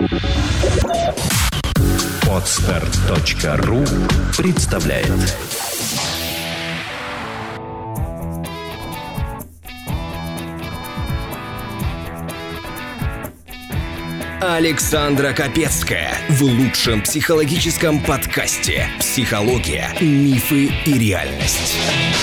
Podster.ru представляет. Александра Капецкая в лучшем психологическом подкасте «Психология, мифы и реальность».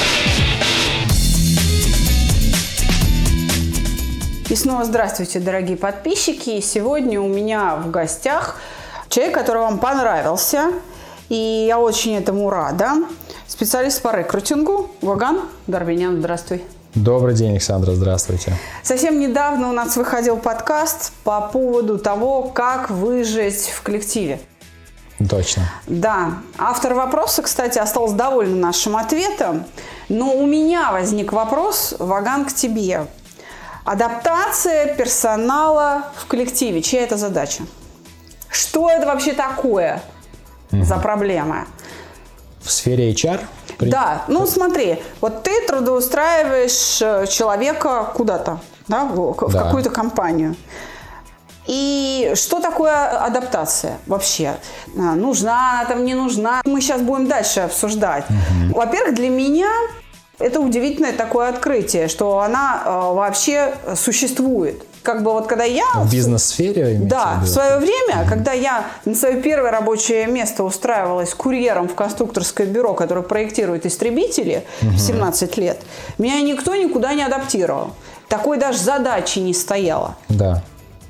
И снова здравствуйте, дорогие подписчики. Сегодня у меня в гостях человек, который вам понравился, и я очень этому рада. Специалист по рекрутингу Ваган Дарбинян. Здравствуй. Добрый день, Александра, здравствуйте. Совсем недавно у нас выходил подкаст по поводу того, как выжить в коллективе. Точно. Да. Автор вопроса, кстати, остался доволен нашим ответом. Но у меня возник вопрос, Ваган, к тебе. Адаптация персонала в коллективе. Чья это задача? Что это вообще такое за проблема? В сфере HR? Да, ну смотри, вот ты трудоустраиваешь человека куда-то, да, в какую-то компанию. И что такое адаптация вообще? Нужна она там, не нужна? Мы сейчас будем дальше обсуждать. Во-первых, для меня это удивительное такое открытие, что она вообще существует. Как бы вот когда я... В бизнес-сфере? Да, в свое время, когда я на свое первое рабочее место устраивалась курьером в конструкторское бюро, которое проектирует истребители в 17 лет, меня никто никуда не адаптировал. Такой даже задачи не стояло. Да.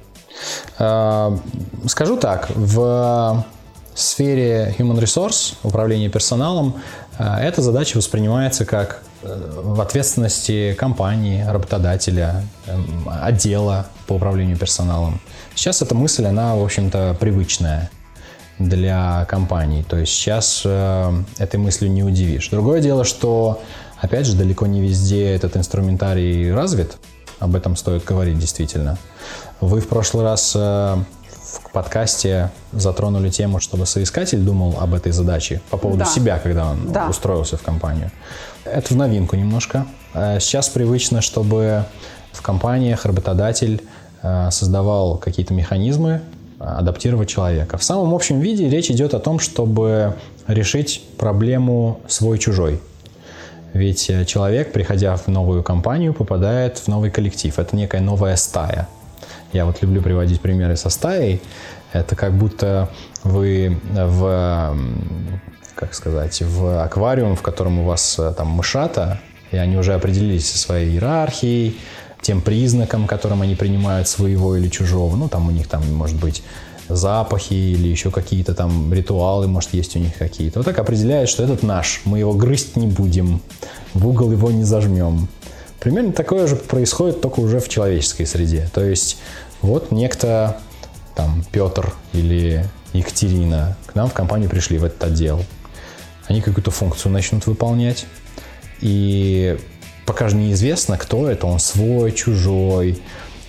Скажу так, в сфере Human Resource, управления персоналом, эта задача воспринимается как в ответственности компании, работодателя, отдела по управлению персоналом. Сейчас эта мысль, она, в общем-то, привычная для компаний. То есть сейчас этой мыслью не удивишь. Другое дело, что, опять же, далеко не везде этот инструментарий развит. Об этом стоит говорить действительно. Вы в прошлый раз в подкасте затронули тему, чтобы соискатель думал об этой задаче по поводу себя, когда он устроился в компанию. Это в новинку немножко. Сейчас привычно, чтобы в компаниях работодатель создавал какие-то механизмы адаптировать человека. В самом общем виде речь идет о том, чтобы решить проблему свой-чужой. Ведь человек, приходя в новую компанию, попадает в новый коллектив. Это некая новая стая. Я вот люблю приводить примеры со стаей. Это как будто вы в аквариум, в котором у вас там мышата, и они уже определились со своей иерархией, тем признаком, которым они принимают своего или чужого. Ну, там у них там может быть запахи или еще какие-то там ритуалы, может, есть у них какие-то. Вот так определяет, что этот наш, мы его грызть не будем, в угол его не зажмем. Примерно такое же происходит только уже в человеческой среде. То есть вот некто, там, Петр или Екатерина к нам в компанию пришли, в этот отдел. Они какую-то функцию начнут выполнять. И пока же неизвестно, кто это, он свой, чужой.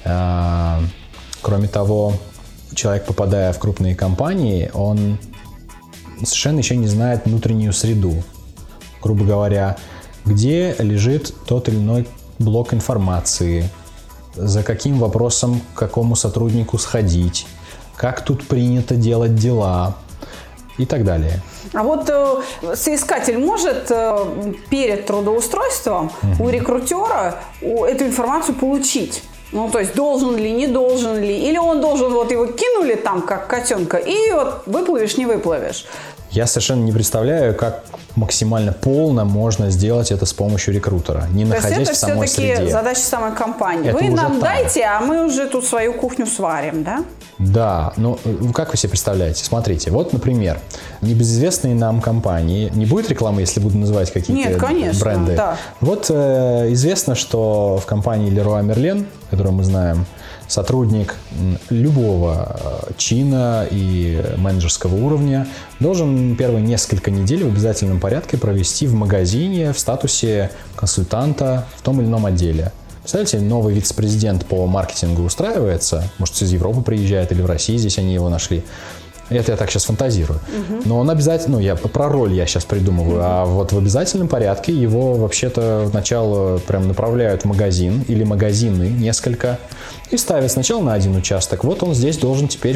Кроме того, человек, попадая в крупные компании, он совершенно еще не знает внутреннюю среду. Грубо говоря, где лежит тот или иной блок информации, за каким вопросом к какому сотруднику сходить, как тут принято делать дела и так далее. А вот соискатель может перед трудоустройством у рекрутера эту информацию получить? Ну, то есть, должен ли, не должен ли? Или он должен, вот его кинули там, как котенка, и вот выплывешь, не выплывешь? Я совершенно не представляю, как максимально полно можно сделать это с помощью рекрутера, не находясь в самой среде. То есть, это все-таки задача самой компании. Это вы нам дайте, а мы уже тут свою кухню сварим, да? Да, ну как вы себе представляете? Смотрите, вот, например, небезызвестные нам компании, не будет рекламы, если буду называть какие-то бренды? Да. Вот известно, что в компании Leroy Merlin, которую мы знаем, сотрудник любого чина и менеджерского уровня должен первые несколько недель в обязательном порядке провести в магазине в статусе консультанта в том или ином отделе. Представляете, новый вице-президент по маркетингу устраивается, может, из Европы приезжает или в России, здесь они его нашли. Это я так сейчас фантазирую. Но он обязательно, я про роль я сейчас придумываю, а вот в обязательном порядке его вообще-то сначала прям направляют в магазин или магазины несколько и ставят сначала на один участок. Вот он здесь должен теперь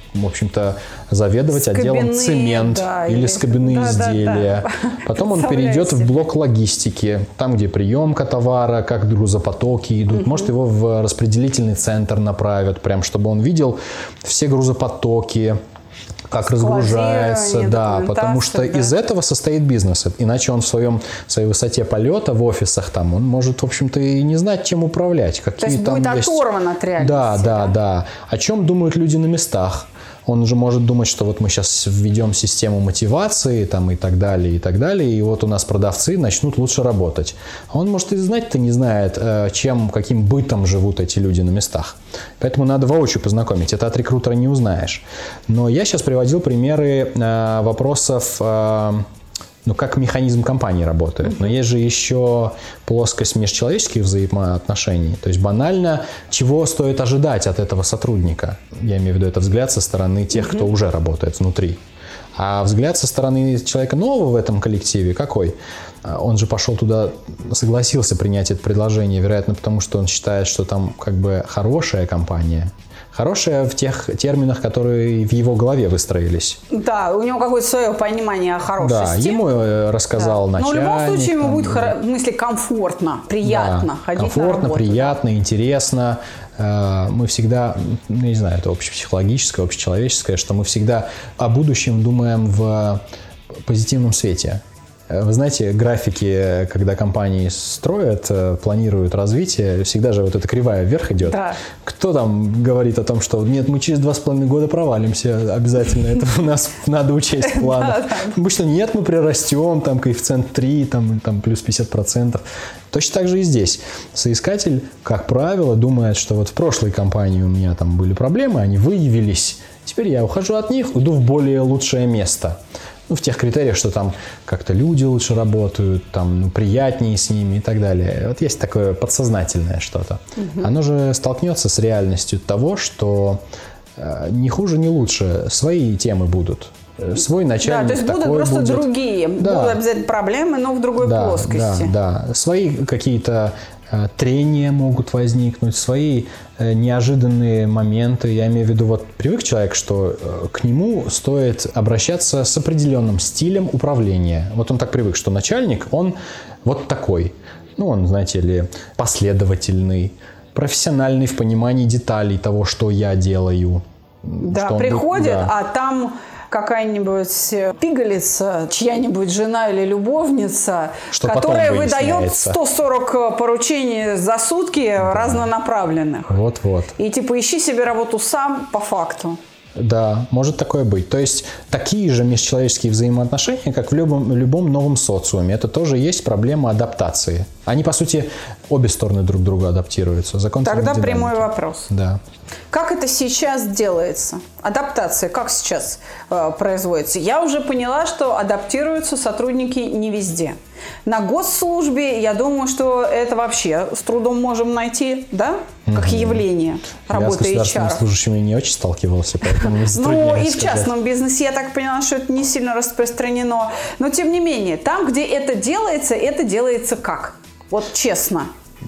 в общем-то, заведовать отделом цемент или скобяные изделия. Потом он перейдет в блок логистики, там, где приемка товара, как грузопотоки идут. Может, его в распределительный центр направят, прям, чтобы он видел все грузопотоки, как разгружается, да, потому что из этого состоит бизнес. Иначе он в своей высоте полета в офисах там, он может, в общем-то, и не знать, чем управлять. Какие то есть там будет оторван от реальности. Да. О чем думают люди на местах? Он же может думать, что вот мы сейчас введем систему мотивации там, и так далее, и вот у нас продавцы начнут лучше работать. А он, может, и знать-то не знает, каким бытом живут эти люди на местах. Поэтому надо воочию познакомить. Это от рекрутера не узнаешь. Но я сейчас приводил примеры вопросов, как механизм компании работает. Но есть же еще плоскость межчеловеческих взаимоотношений. То есть банально, чего стоит ожидать от этого сотрудника. Я имею в виду, это взгляд со стороны тех, кто уже работает внутри. А взгляд со стороны человека нового в этом коллективе какой? Он же пошел туда, согласился принять это предложение, вероятно, потому что он считает, что там как бы хорошая компания. Хорошая в тех терминах, которые в его голове выстроились. Да, у него какое-то свое понимание о хорошести. Да, ему рассказал начальник. Но в любом случае ему будет, в смысле, комфортно, приятно ходить на работу. Комфортно, приятно, интересно. Мы всегда, не знаю, это общепсихологическое, общечеловеческое, что мы всегда о будущем думаем в позитивном свете. Вы знаете, графики, когда компании строят, планируют развитие, всегда же вот эта кривая вверх идет. Да. Кто там говорит о том, что нет, мы через 2,5 года провалимся обязательно, это у нас надо учесть в планах. Обычно нет, мы прирастем, там коэффициент 3, там плюс 50%. Точно так же и здесь. Соискатель, как правило, думает, что вот в прошлой компании у меня там были проблемы, они выявились, теперь я ухожу от них, иду в более лучшее место. В тех критериях, что там как-то люди лучше работают, там приятнее с ними и так далее. Вот есть такое подсознательное что-то. Оно же столкнется с реальностью того, что ни хуже, ни лучше. Свои темы будут. Свой начальник такой будет. Да, то есть будут просто другие. Да. Будут обязательно проблемы, но в другой плоскости. Да. Свои какие-то трения могут возникнуть, свои неожиданные моменты. Я имею в виду, вот привык человек, что к нему стоит обращаться с определенным стилем управления. Вот он так привык, что начальник, он вот такой. Он, знаете ли, последовательный, профессиональный в понимании деталей того, что я делаю. Да, приходит, а там какая-нибудь пигалица, чья-нибудь жена или любовница, которая выдает 140 поручений за сутки разнонаправленных. Вот. И ищи себе работу сам по факту. Да, может такое быть. То есть такие же межчеловеческие взаимоотношения, как в любом новом социуме. Это тоже есть проблема адаптации. Они, по сути, обе стороны друг к другу адаптируются. Закон Тогда прямой вопрос. Да. Как это сейчас делается? Адаптация как сейчас производится? Я уже поняла, что адаптируются сотрудники не везде. На госслужбе, я думаю, что это вообще с трудом можем найти, да? Как явление работы HR. Я с государственными служащими не очень сталкивался, поэтому не затрудняюсь и в частном бизнесе я так поняла, что это не сильно распространено. Но тем не менее, там, где это делается как? Вот честно.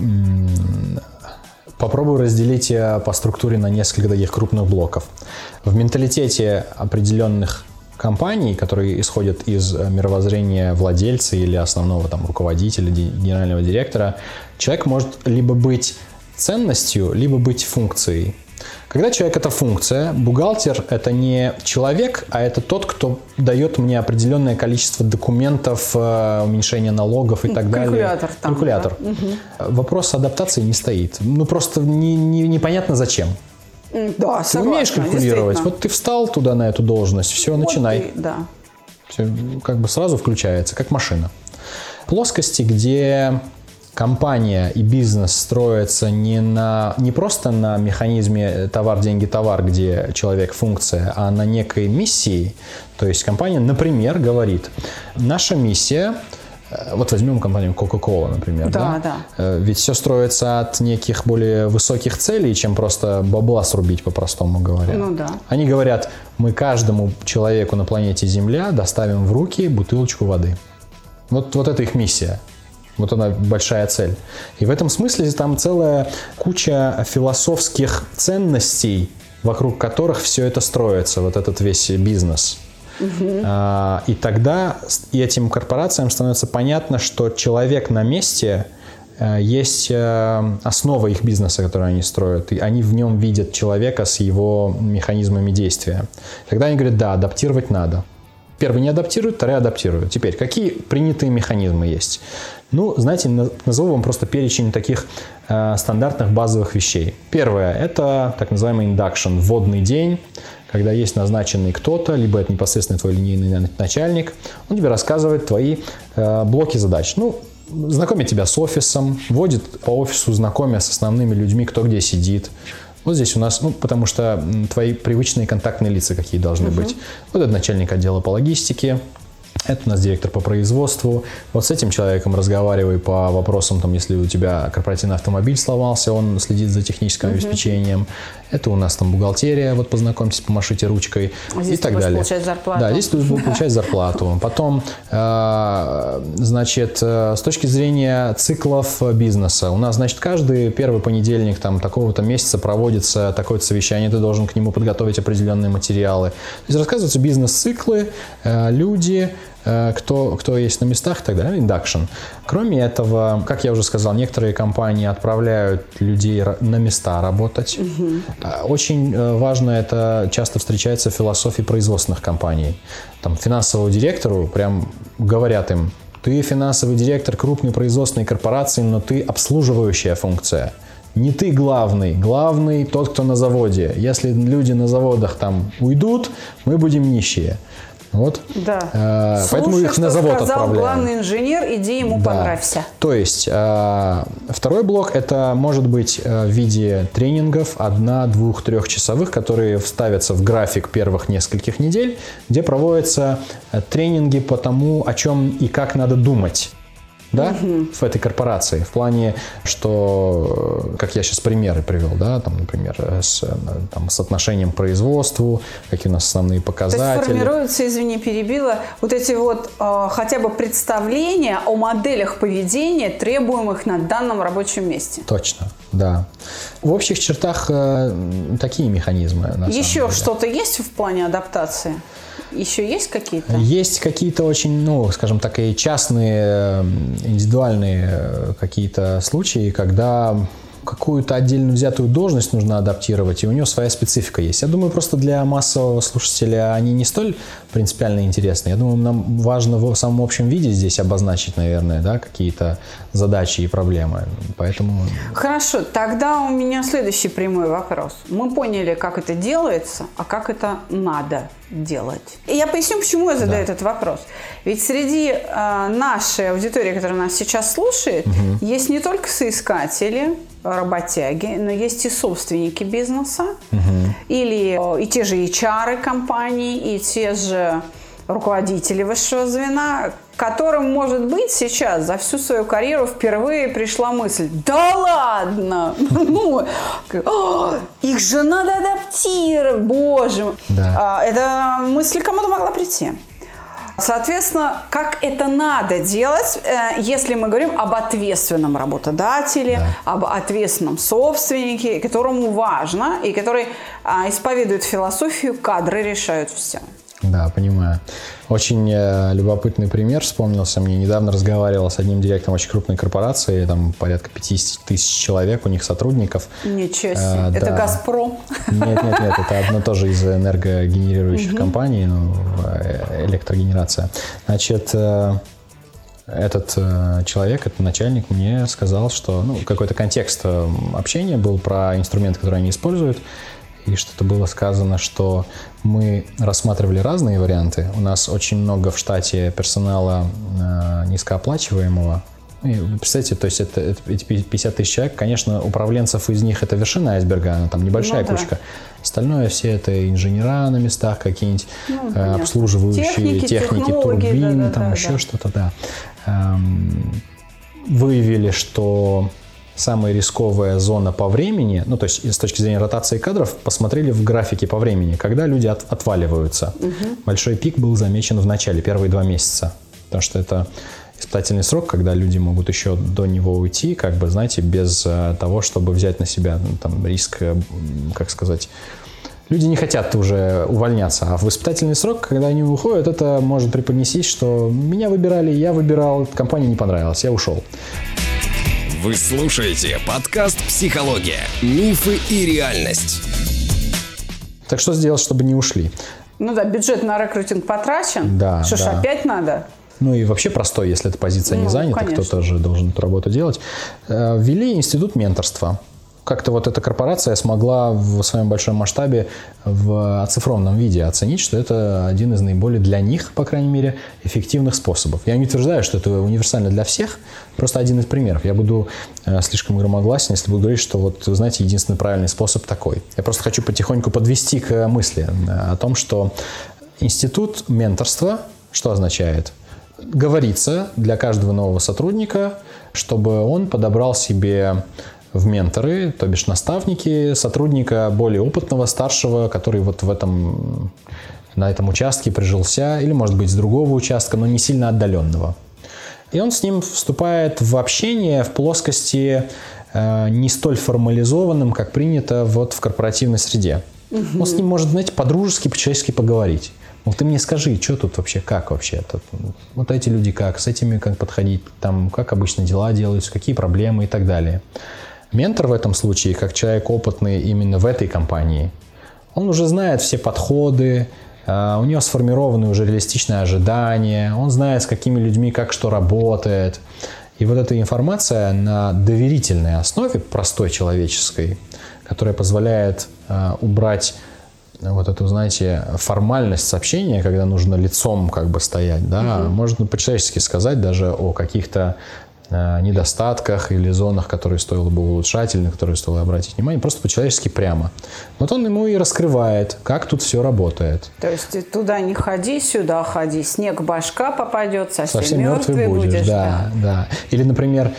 Попробую разделить по структуре на несколько таких крупных блоков. В менталитете определенных компаний, которые исходят из мировоззрения владельца или основного руководителя, генерального директора, человек может либо быть ценностью, либо быть функцией. Когда человек – это функция, бухгалтер – это не человек, а это тот, кто дает мне определенное количество документов, уменьшение налогов и так далее. Калькулятор. Да. Угу. Вопрос адаптации не стоит. Просто непонятно зачем. Да, ты умеешь калькулировать. Вот ты встал туда на эту должность, все, начинай. Да. Все сразу включается, как машина. Плоскости, где компания и бизнес строятся не просто на механизме товар, деньги, товар, где человек функция, а на некой миссии. То есть компания, например, говорит, наша миссия, вот возьмем компанию Coca-Cola, например, да? Ведь все строится от неких более высоких целей, чем просто бабла срубить, по-простому говоря. Они говорят, мы каждому человеку на планете Земля доставим в руки бутылочку воды. Вот это их миссия. Вот она большая цель. И в этом смысле там целая куча философских ценностей вокруг которых все это строится, вот этот весь бизнес. И тогда и этим корпорациям становится понятно, что человек на месте есть основа их бизнеса, которую они строят, и они в нем видят человека с его механизмами действия. Тогда они говорят, да, адаптировать надо. Первый не адаптируют, второй адаптируют. Теперь, какие принятые механизмы есть? Ну, знаете, назову вам просто перечень таких стандартных базовых вещей. Первое – это так называемый induction, вводный день, когда есть назначенный кто-то, либо это непосредственно твой линейный начальник, он тебе рассказывает твои блоки задач. Ну, знакомит тебя с офисом, водит по офису, знакомя с основными людьми, кто где сидит. Вот здесь у нас, ну, потому что твои привычные контактные лица какие должны быть. Вот это начальник отдела по логистике, это у нас директор по производству. Вот с этим человеком разговаривай по вопросам, там, если у тебя корпоративный автомобиль сломался, он следит за техническим обеспечением. Это у нас там бухгалтерия, вот познакомьтесь, помашите ручкой здесь и так далее. Получать зарплату. Да, здесь ты будешь получать зарплату. Потом, значит, с точки зрения циклов бизнеса, у нас, значит, каждый первый понедельник там такого-то месяца проводится такое-то совещание, ты должен к нему подготовить определенные материалы. То есть рассказываются бизнес-циклы, люди, кто есть на местах и так далее, индакшн. Кроме этого, как я уже сказал, некоторые компании отправляют людей на места работать. Очень важно, это часто встречается в философии производственных компаний. Там финансовому директору прям говорят им, ты финансовый директор крупной производственной корпорации, но ты обслуживающая функция. Не ты главный тот, кто на заводе. Если люди на заводах там уйдут, мы будем нищие. Вот. Да. Поэтому Слушай, их на завод сказал отправляют. Главный инженер, иди ему понравься. То есть второй блок это может быть в виде тренингов 1-, 2-, 3-часовых, которые вставятся в график первых нескольких недель, где проводятся тренинги по тому, о чем и как надо думать. Да, в этой корпорации, в плане, что, как я сейчас примеры привел, да, там, например, с отношением к производству, какие у нас основные показатели. То есть формируются, извини, перебила, вот эти вот хотя бы представления о моделях поведения, требуемых на данном рабочем месте. Точно, да. В общих чертах такие механизмы. Еще что-то есть в плане адаптации? Еще есть какие-то? Есть какие-то очень, ну, скажем так, и частные, индивидуальные какие-то случаи, когда какую-то отдельно взятую должность нужно адаптировать, и у нее своя специфика есть. Я думаю, просто для массового слушателя они не столь принципиально интересны. Я думаю, нам важно в самом общем виде здесь обозначить, наверное, да, какие-то задачи и проблемы. Поэтому... Хорошо, тогда у меня следующий прямой вопрос. Мы поняли, как это делается, а как это надо делать. И я поясню, почему я задаю этот вопрос. Ведь среди нашей аудитории, которая нас сейчас слушает, есть не только соискатели, работяги, но есть и собственники бизнеса, или и те же HR компаний, и те же руководители высшего звена, которым, может быть, сейчас за всю свою карьеру впервые пришла мысль: да ладно, ну, их же надо адаптировать, боже мой. Да. Эта мысль кому-то могла прийти. Соответственно, как это надо делать, если мы говорим об ответственном работодателе, об ответственном собственнике, которому важно и который исповедует философию «кадры решают все». Да, понимаю. Очень любопытный пример вспомнился мне. Недавно разговаривал с одним директором очень крупной корпорации, там порядка 50 тысяч человек, у них сотрудников. Ничего себе. Это «Газпром»? Нет, это одно тоже из энергогенерирующих компаний, ну, электрогенерация. Значит, этот человек, этот начальник мне сказал, что какой-то контекст общения был про инструмент, который они используют. И что-то было сказано, что мы рассматривали разные варианты. У нас очень много в штате персонала низкооплачиваемого. И, представляете, то есть эти 50 тысяч человек, конечно, управленцев из них это вершина айсберга, она там небольшая кучка. Остальное все это инженера на местах какие-нибудь, обслуживающие техники турбин, еще что-то, да. Выявили, что самая рисковая зона по времени, то есть с точки зрения ротации кадров, посмотрели в графике по времени, когда люди отваливаются. Большой пик был замечен в начале, первые 2 месяца, потому что это испытательный срок, когда люди могут еще до него уйти, знаете, без того, чтобы взять на себя риск, Люди не хотят уже увольняться, а в испытательный срок, когда они уходят, это может преподнести, что меня выбирали, я выбирал, компания не понравилась, я ушел. Вы слушаете подкаст «Психология. Мифы и реальность». Так что сделать, чтобы не ушли? Ну да, бюджет на рекрутинг потрачен. Да, что ж, опять надо? Ну и вообще простой, если эта позиция не занята, конечно. Кто-то же должен эту работу делать. Ввели институт менторства. Как-то вот эта корпорация смогла в своем большом масштабе в оцифрованном виде оценить, что это один из наиболее для них, по крайней мере, эффективных способов. Я не утверждаю, что это универсально для всех, просто один из примеров. Я буду слишком громогласен, если буду говорить, что вот, знаете, единственный правильный способ такой. Я просто хочу потихоньку подвести к мысли о том, что институт менторства, что означает? Говорится для каждого нового сотрудника, чтобы он подобрал себе в менторы, то бишь наставники, сотрудника более опытного, старшего, который вот на этом участке прижился, или, может быть, с другого участка, но не сильно отдаленного. И он с ним вступает в общение в плоскости не столь формализованным, как принято вот в корпоративной среде. Он с ним может, знаете, по-дружески, по-человечески поговорить. Вот ты мне скажи, что тут вообще, как вообще? Вот эти люди как, с этими как подходить, там, как обычно дела делаются, какие проблемы и так далее. Ментор в этом случае, как человек опытный именно в этой компании, он уже знает все подходы, у него сформированы уже реалистичные ожидания, он знает, с какими людьми как что работает. И вот эта информация на доверительной основе, простой человеческой, которая позволяет убрать вот эту, знаете, формальность сообщения, когда нужно лицом как бы стоять, да, можно по-человечески сказать даже о каких-то недостатках или зонах, которые стоило бы улучшать, или на которые стоило обратить внимание, просто по-человечески прямо. Вот он ему и раскрывает, как тут все работает. То есть ты туда не ходи, сюда ходи, снег башка попадет, совсем мертвый будешь. Да. Или, например,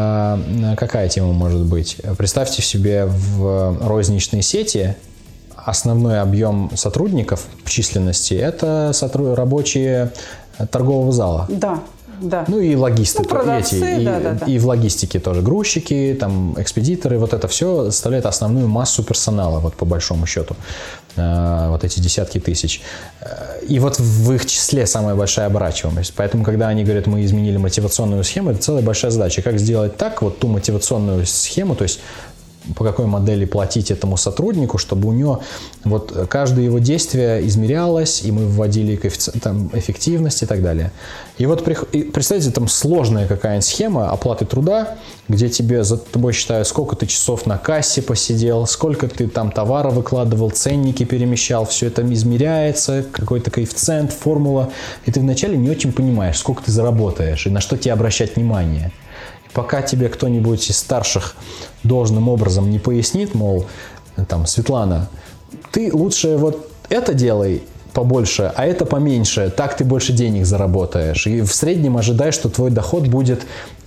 какая тема может быть? Представьте себе в розничной сети основной объем сотрудников в численности – это рабочие торгового зала. Да. Да. Ну и логисты, продавцы, и в логистике тоже грузчики, там экспедиторы, вот это все составляет основную массу персонала, вот по большому счету, вот эти десятки тысяч. И вот в их числе самая большая оборачиваемость. Поэтому, когда они говорят, мы изменили мотивационную схему, это целая большая задача. Как сделать так, вот ту мотивационную схему, то есть по какой модели платить этому сотруднику, чтобы у него вот каждое его действие измерялось, и мы вводили коэффициент там, эффективности и так далее. И вот представьте, там сложная какая-нибудь схема оплаты труда, где за тобой считают, сколько ты часов на кассе посидел, сколько ты там товара выкладывал, ценники перемещал, все это измеряется, какой-то коэффициент, формула, и ты вначале не очень понимаешь, сколько ты заработаешь и на что тебе обращать внимание. Пока тебе кто-нибудь из старших должным образом не пояснит, мол, там, Светлана, ты лучше вот это делай побольше, а это поменьше, так ты больше денег заработаешь. И в среднем ожидай, что твой доход будет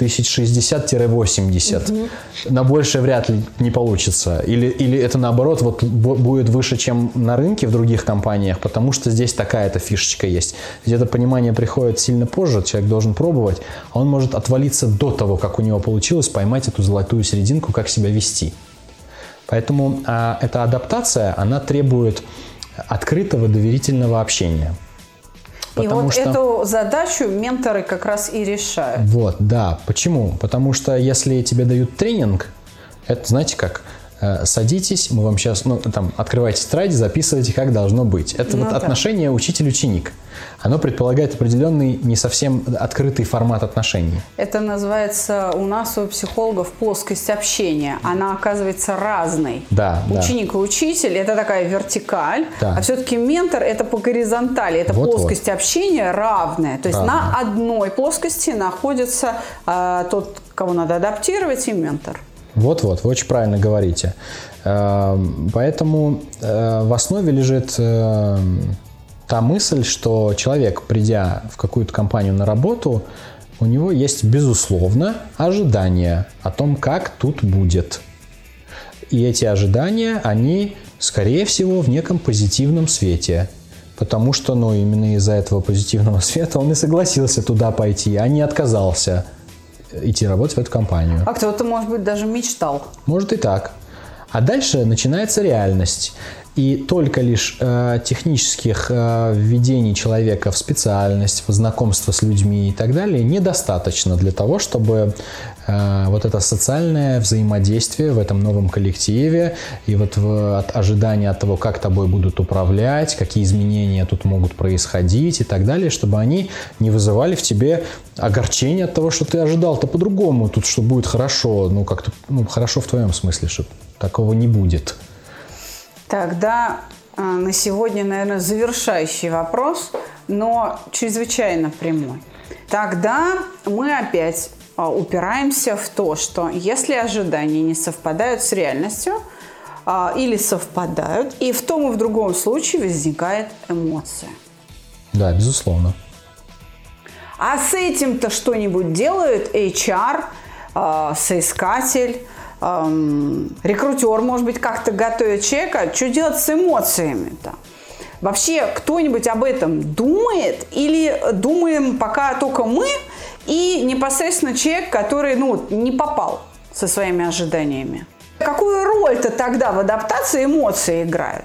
1060-80. На больше вряд ли не получится. Или это наоборот вот будет выше, чем на рынке в других компаниях, потому что здесь такая-то фишечка есть. Ведь это понимание приходит сильно позже, человек должен пробовать, а он может отвалиться до того, как у него получилось поймать эту золотую серединку, как себя вести. Поэтому эта адаптация, она требует открытого доверительного общения. И вот эту задачу менторы как раз и решают. Вот, да. Почему? Потому что если тебе дают тренинг, это, знаете как, садитесь, мы вам сейчас, открывайте тетради, записывайте, как должно быть. Это отношение учитель-ученик. Оно предполагает определенный, не совсем открытый формат отношений. Это называется у нас, у психологов, плоскость общения. Она оказывается разной. Да, ученик и учитель – это такая вертикаль, а все-таки ментор – это по горизонтали. Это плоскость общения равная. То есть на одной плоскости находится тот, кого надо адаптировать, и ментор. Вот-вот, вы очень правильно говорите. Поэтому в основе лежит та мысль, что человек, придя в какую-то компанию на работу, у него есть, безусловно, ожидания о том, как тут будет. И эти ожидания, они, скорее всего, в неком позитивном свете. Потому что, именно из-за этого позитивного света он и согласился туда пойти, а не отказался идти работать в эту компанию. А кто-то, может быть, даже мечтал. Может и так. А дальше начинается реальность. И только лишь технических введений человека в специальность, в знакомство с людьми и так далее недостаточно для того, чтобы вот это социальное взаимодействие в этом новом коллективе и вот от ожидания от того, как тобой будут управлять, какие изменения тут могут происходить и так далее, чтобы они не вызывали в тебе огорчение от того, что ты ожидал-то по-другому, тут что будет хорошо, как-то хорошо в твоем смысле, что такого не будет. Тогда на сегодня, наверное, завершающий вопрос, но чрезвычайно прямой. Тогда мы опять упираемся в то, что если ожидания не совпадают с реальностью или совпадают, и в том и в другом случае возникает эмоция. Да, безусловно. А с этим-то что-нибудь делает HR, соискатель, рекрутер, может быть, как-то готовит человека. Что делать с эмоциями-то? Вообще кто-нибудь об этом думает? Или думаем пока только мы и непосредственно человек, который не попал со своими ожиданиями? Какую роль-то тогда в адаптации эмоции играют?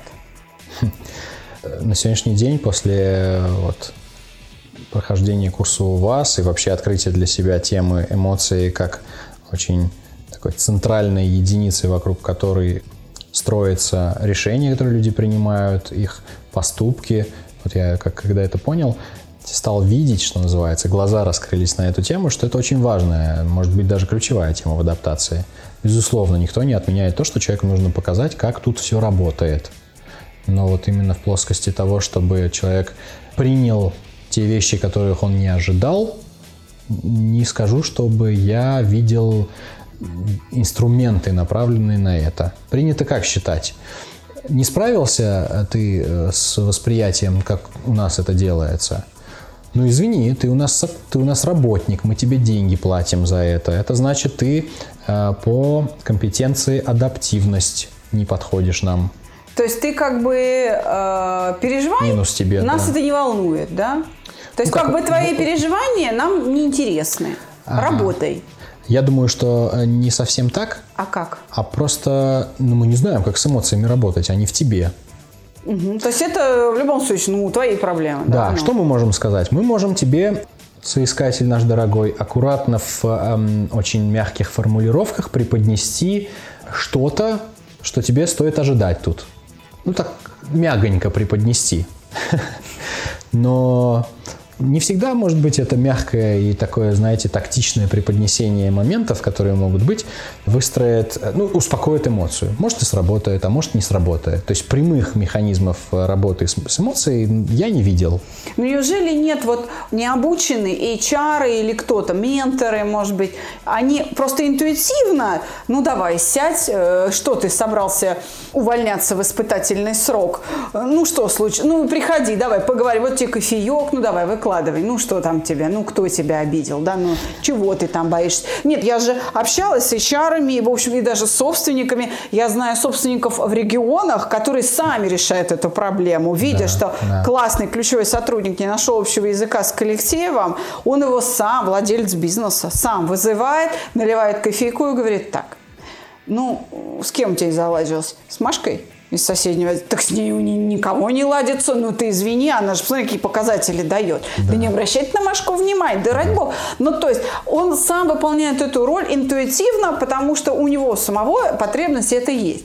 На сегодняшний день после прохождения курса у вас и вообще открытия для себя темы эмоций как очень такой центральной единицей, вокруг которой строятся решения, которые люди принимают, их поступки. Вот я, когда это понял, стал видеть, что называется, глаза раскрылись на эту тему, что это очень важная, может быть, даже ключевая тема в адаптации. Безусловно, никто не отменяет то, что человеку нужно показать, как тут все работает. Но вот именно в плоскости того, чтобы человек принял те вещи, которых он не ожидал, не скажу, чтобы я видел инструменты, направленные на это. Принято как считать? Не справился ты с восприятием, как у нас это делается? Извини, ты у нас работник, мы тебе деньги платим за это. Это значит, ты по компетенции адаптивность не подходишь нам. То есть ты переживай, минус тебе, нас да. Это не волнует, да? То есть твои переживания нам не интересны. Работай. Я думаю, что не совсем так. А как? А просто мы не знаем, как с эмоциями работать, они в тебе. Угу. То есть это в любом случае твои проблемы. Да, что мы можем сказать? Мы можем тебе, соискатель наш дорогой, аккуратно в очень мягких формулировках преподнести что-то, что тебе стоит ожидать тут. Так мягонько преподнести. Но не всегда, может быть, это мягкое и такое, знаете, тактичное преподнесение моментов, которые могут быть, успокоит эмоцию. Может и сработает, а может не сработает. То есть прямых механизмов работы с эмоцией я не видел. Неужели нет необученные HR или кто-то, менторы, может быть, они просто интуитивно, давай, сядь, что ты собрался увольняться в испытательный срок? Что случилось? Приходи, давай, поговори, вот тебе кофеек, давай, выкладывай. Что там тебе, кто тебя обидел, да, чего ты там боишься? Нет, я же общалась с HR-ами, в общем, и даже с собственниками. Я знаю собственников в регионах, которые сами решают эту проблему, видя, что классный ключевой сотрудник не нашел общего языка с коллективом, он его сам, владелец бизнеса, сам вызывает, наливает кофейку и говорит: так, с кем у тебя заладилось? С Машкой? Из соседнего, так с ней никого не ладится, ты извини, она же, посмотри, какие показатели дает. Да не обращайте на Машку внимания, да ради бога. То есть он сам выполняет эту роль интуитивно, потому что у него самого потребность это есть.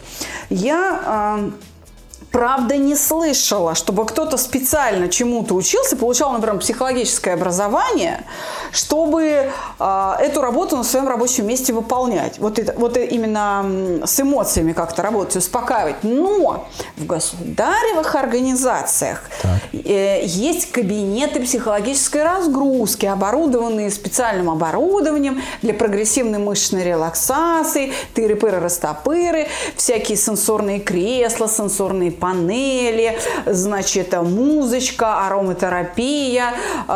Я, правда, не слышала, чтобы кто-то специально чему-то учился, получал, например, психологическое образование, чтобы эту работу на своем рабочем месте выполнять. Вот именно с эмоциями как-то работать, успокаивать. Но в государевых организациях есть кабинеты психологической разгрузки, оборудованные специальным оборудованием для прогрессивной мышечной релаксации, тыры-пыры-растопыры, всякие сенсорные кресла, сенсорные панели, музычка, ароматерапия,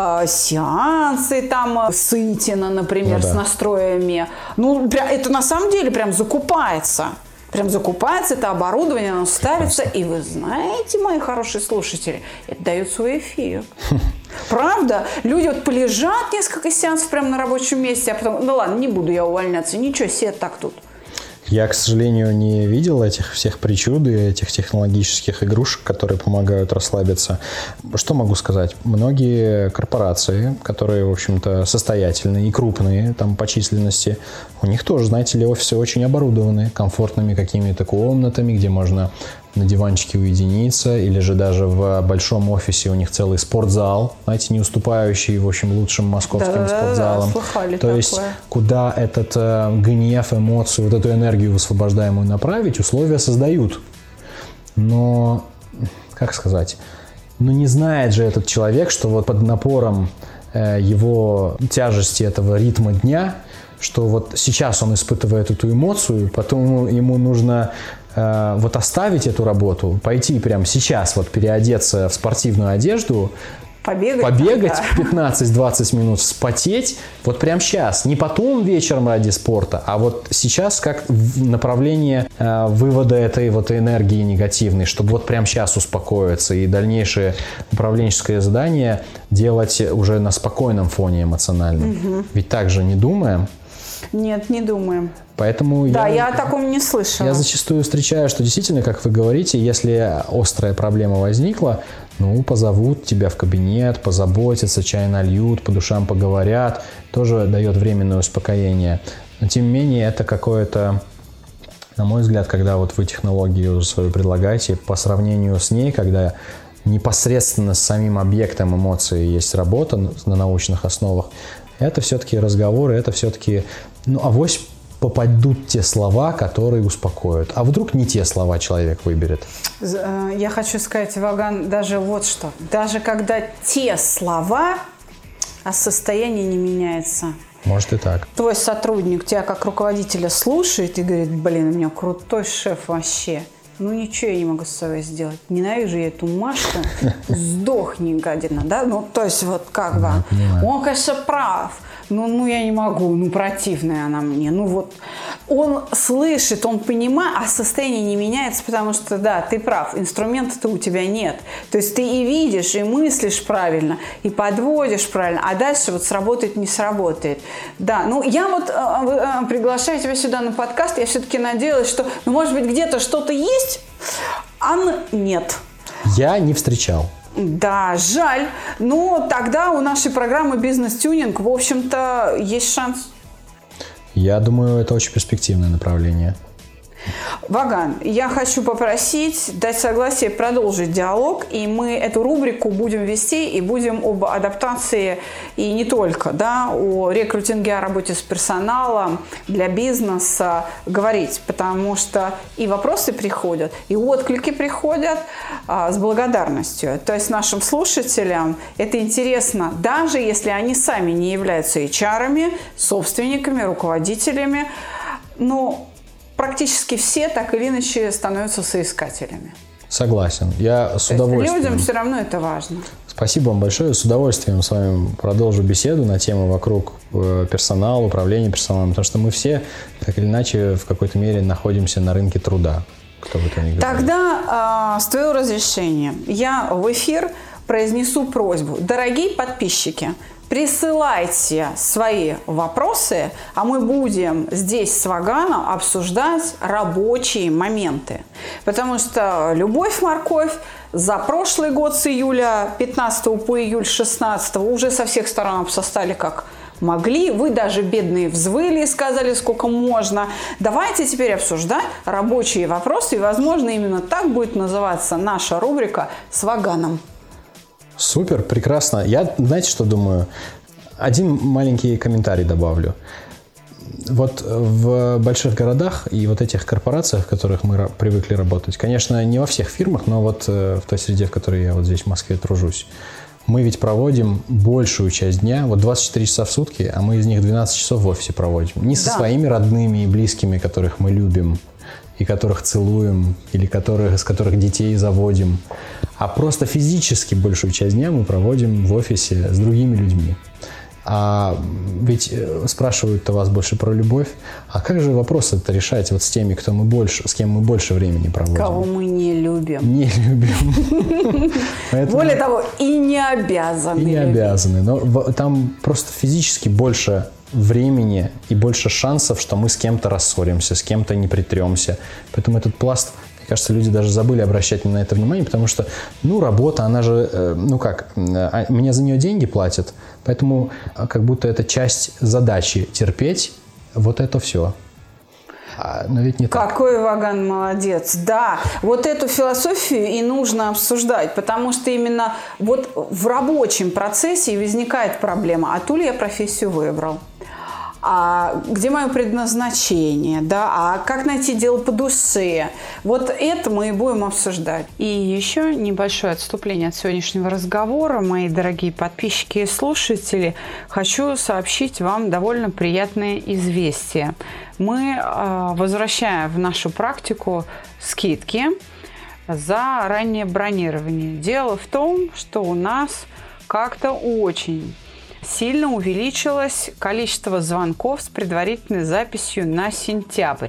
сеансы Сытина, например, с настроями. Это на самом деле прям закупается. Это оборудование, оно ставится. И вы знаете, мои хорошие слушатели, это дает свой эффект. Правда? Люди полежат несколько сеансов прямо на рабочем месте, а потом, ладно, не буду я увольняться, ничего себе, так тут. Я, к сожалению, не видел этих всех причуд и этих технологических игрушек, которые помогают расслабиться. Что могу сказать? Многие корпорации, которые, в общем-то, состоятельные и крупные там по численности, у них тоже, знаете ли, офисы очень оборудованы комфортными какими-то комнатами, где можно на диванчике уединиться, или же даже в большом офисе у них целый спортзал, знаете, не уступающий, в общем, лучшим московским спортзалам. Слыхали То есть, куда этот гнев, эмоцию, вот эту энергию высвобождаемую направить, условия создают. Но, как сказать, не знает же этот человек, что вот под напором его тяжести этого ритма дня, что вот сейчас он испытывает эту эмоцию, потом ему нужно вот оставить эту работу, пойти прямо сейчас вот переодеться в спортивную одежду, побегать 15-20 минут, вспотеть, вот прямо сейчас, не потом вечером ради спорта, а вот сейчас как направление вывода этой вот энергии негативной, чтобы вот прямо сейчас успокоиться и дальнейшее управленческое задание делать уже на спокойном фоне эмоциональном. Угу. Ведь так же не думаем. Нет, не думаем. Поэтому я о таком не слышала. Я зачастую встречаю, что действительно, как вы говорите, если острая проблема возникла, позовут тебя в кабинет, позаботятся, чай нальют, по душам поговорят, тоже дает временное успокоение. Но тем не менее, это какое-то, на мой взгляд, когда вот вы технологию свою предлагаете, по сравнению с ней, когда непосредственно с самим объектом эмоций есть работа на научных основах, это все-таки разговоры, это все-таки, авось попадут те слова, которые успокоят. А вдруг не те слова человек выберет? Я хочу сказать, Ваган, даже вот что. Даже когда те слова, а состояние не меняется. Может и так. Твой сотрудник тебя как руководителя слушает и говорит: блин, у меня крутой шеф вообще. Ничего я не могу с собой сделать. Ненавижу я эту Машку. Сдохни, гадина, да? То есть вот как бы. Он, конечно, прав. Я не могу. Противная она мне. Он слышит, он понимает, а состояние не меняется, потому что, да, ты прав, инструмента-то у тебя нет. То есть ты и видишь, и мыслишь правильно, и подводишь правильно, а дальше вот сработает, не сработает. Да, я приглашаю тебя сюда на подкаст, я все-таки надеялась, что, может быть, где-то что-то есть, а нет. Я не встречал. Да, жаль. Тогда у нашей программы «Бизнес-тюнинг», в общем-то, есть шанс. Я думаю, это очень перспективное направление. Ваган, я хочу попросить дать согласие продолжить диалог, и мы эту рубрику будем вести и будем об адаптации и не только, о рекрутинге, о работе с персоналом для бизнеса говорить, потому что и вопросы приходят, и отклики приходят с благодарностью. То есть нашим слушателям это интересно, даже если они сами не являются HR-ами, собственниками, руководителями, практически все так или иначе становятся соискателями. Согласен. Я с удовольствием. Людям все равно это важно. Спасибо вам большое. С удовольствием с вами продолжу беседу на тему вокруг персонала, управления персоналом, потому что мы все так или иначе в какой-то мере находимся на рынке труда. Кто бы то ни говорил. Тогда, с твоего разрешения, я в эфир произнесу просьбу. Дорогие подписчики, присылайте свои вопросы, а мы будем здесь с Ваганом обсуждать рабочие моменты. Потому что любовь-морковь за прошлый год с июля 15 по июль 16 уже со всех сторон обсосали как могли. Вы даже, бедные, взвыли и сказали, сколько можно. Давайте теперь обсуждать рабочие вопросы. И, возможно, именно так будет называться наша рубрика с Ваганом. Супер, прекрасно. Я, знаете, что думаю? Один маленький комментарий добавлю. Вот в больших городах и вот этих корпорациях, в которых мы привыкли работать, конечно, не во всех фирмах, но вот в той среде, в которой я вот здесь в Москве тружусь, мы ведь проводим большую часть дня, вот 24 часа в сутки, а мы из них 12 часов в офисе проводим. Не со своими родными и близкими, которых мы любим, и которых целуем, или с которых детей заводим, а просто физически большую часть дня мы проводим в офисе с другими людьми. А ведь спрашивают-то вас больше про любовь. А как же вопросы-то решать вот с теми, с кем мы больше времени проводим? Кого мы не любим. Не любим. Более того, и не обязаны. И не обязаны. Но там просто физически больше времени и больше шансов, что мы с кем-то рассоримся, с кем-то не притремся. Поэтому этот пласт, мне кажется, люди даже забыли обращать на это внимание, потому что, работа, она же, мне за нее деньги платят, поэтому как будто это часть задачи терпеть вот это все. Но ведь не так. Какой Ваган молодец. Да, вот эту философию и нужно обсуждать, потому что именно вот в рабочем процессе возникает проблема. А ту ли я профессию выбрал? А где мое предназначение, да, а как найти дело по душе. Вот это мы и будем обсуждать. И еще небольшое отступление от сегодняшнего разговора. Мои дорогие подписчики и слушатели, хочу сообщить вам довольно приятное известие. Мы возвращаем в нашу практику скидки за раннее бронирование. Дело в том, что у нас как-то очень сильно увеличилось количество звонков с предварительной записью на сентябрь.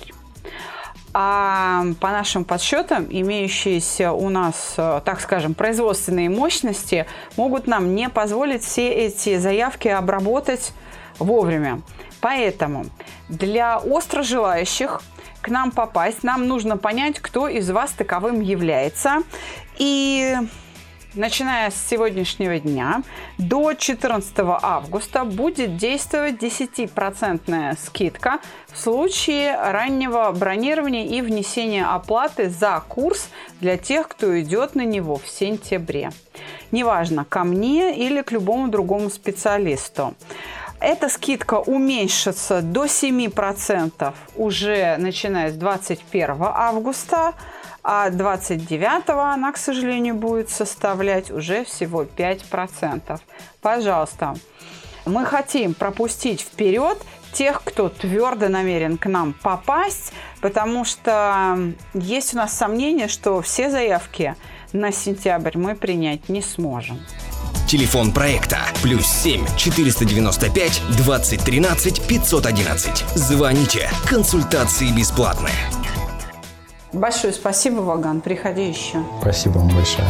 А по нашим подсчетам, имеющиеся у нас, так скажем, производственные мощности могут нам не позволить все эти заявки обработать вовремя. Поэтому для остро желающих к нам попасть, нам нужно понять, кто из вас таковым является. И начиная с сегодняшнего дня до 14 августа будет действовать 10% скидка в случае раннего бронирования и внесения оплаты за курс для тех, кто идет на него в сентябре. Неважно, ко мне или к любому другому специалисту. Эта скидка уменьшится до 7% уже начиная с 21 августа, а 29-го она, к сожалению, будет составлять уже всего 5%. Пожалуйста, мы хотим пропустить вперед тех, кто твердо намерен к нам попасть, потому что есть у нас сомнение, что все заявки на сентябрь мы принять не сможем. Телефон проекта +7 495 2013 511. Звоните. Консультации бесплатные. Большое спасибо, Ваган. Приходи еще. Спасибо вам большое.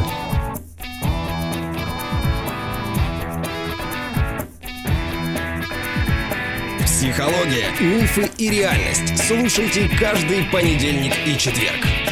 Психология, мифы и реальность. Слушайте каждый понедельник и четверг.